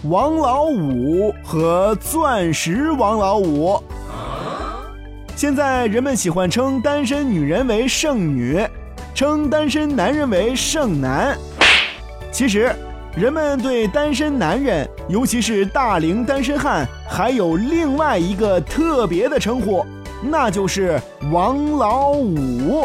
王老五和钻石王老五。现在人们喜欢称单身女人为剩女，称单身男人为剩男。其实人们对单身男人，尤其是大龄单身汉，还有另外一个特别的称呼，那就是王老五。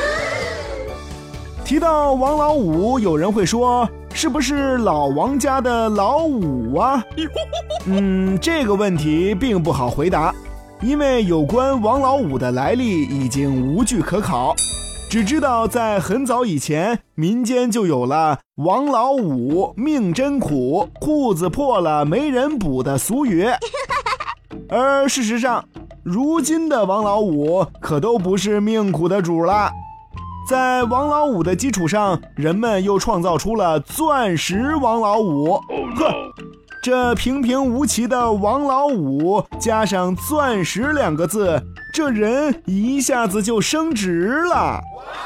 提到王老五，有人会说，是不是老王家的老五啊？这个问题并不好回答，因为有关王老五的来历已经无据可考，只知道在很早以前，民间就有了王老五命真苦，裤子破了没人补的俗语。而事实上，如今的王老五可都不是命苦的主了。在王老五的基础上，人们又创造出了钻石王老五。呵，这平平无奇的王老五加上钻石2个字，这人一下子就升职了。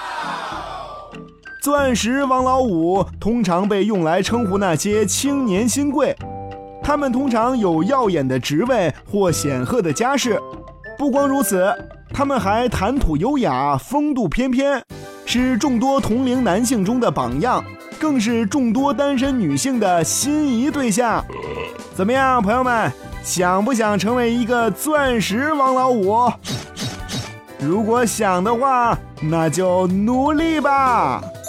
钻石王老五通常被用来称呼那些青年新贵，他们通常有耀眼的职位或显赫的家世。不光如此，他们还谈吐优雅，风度翩翩，是众多同龄男性中的榜样，更是众多单身女性的心仪对象。怎么样，朋友们，想不想成为一个钻石王老五？如果想的话，那就努力吧。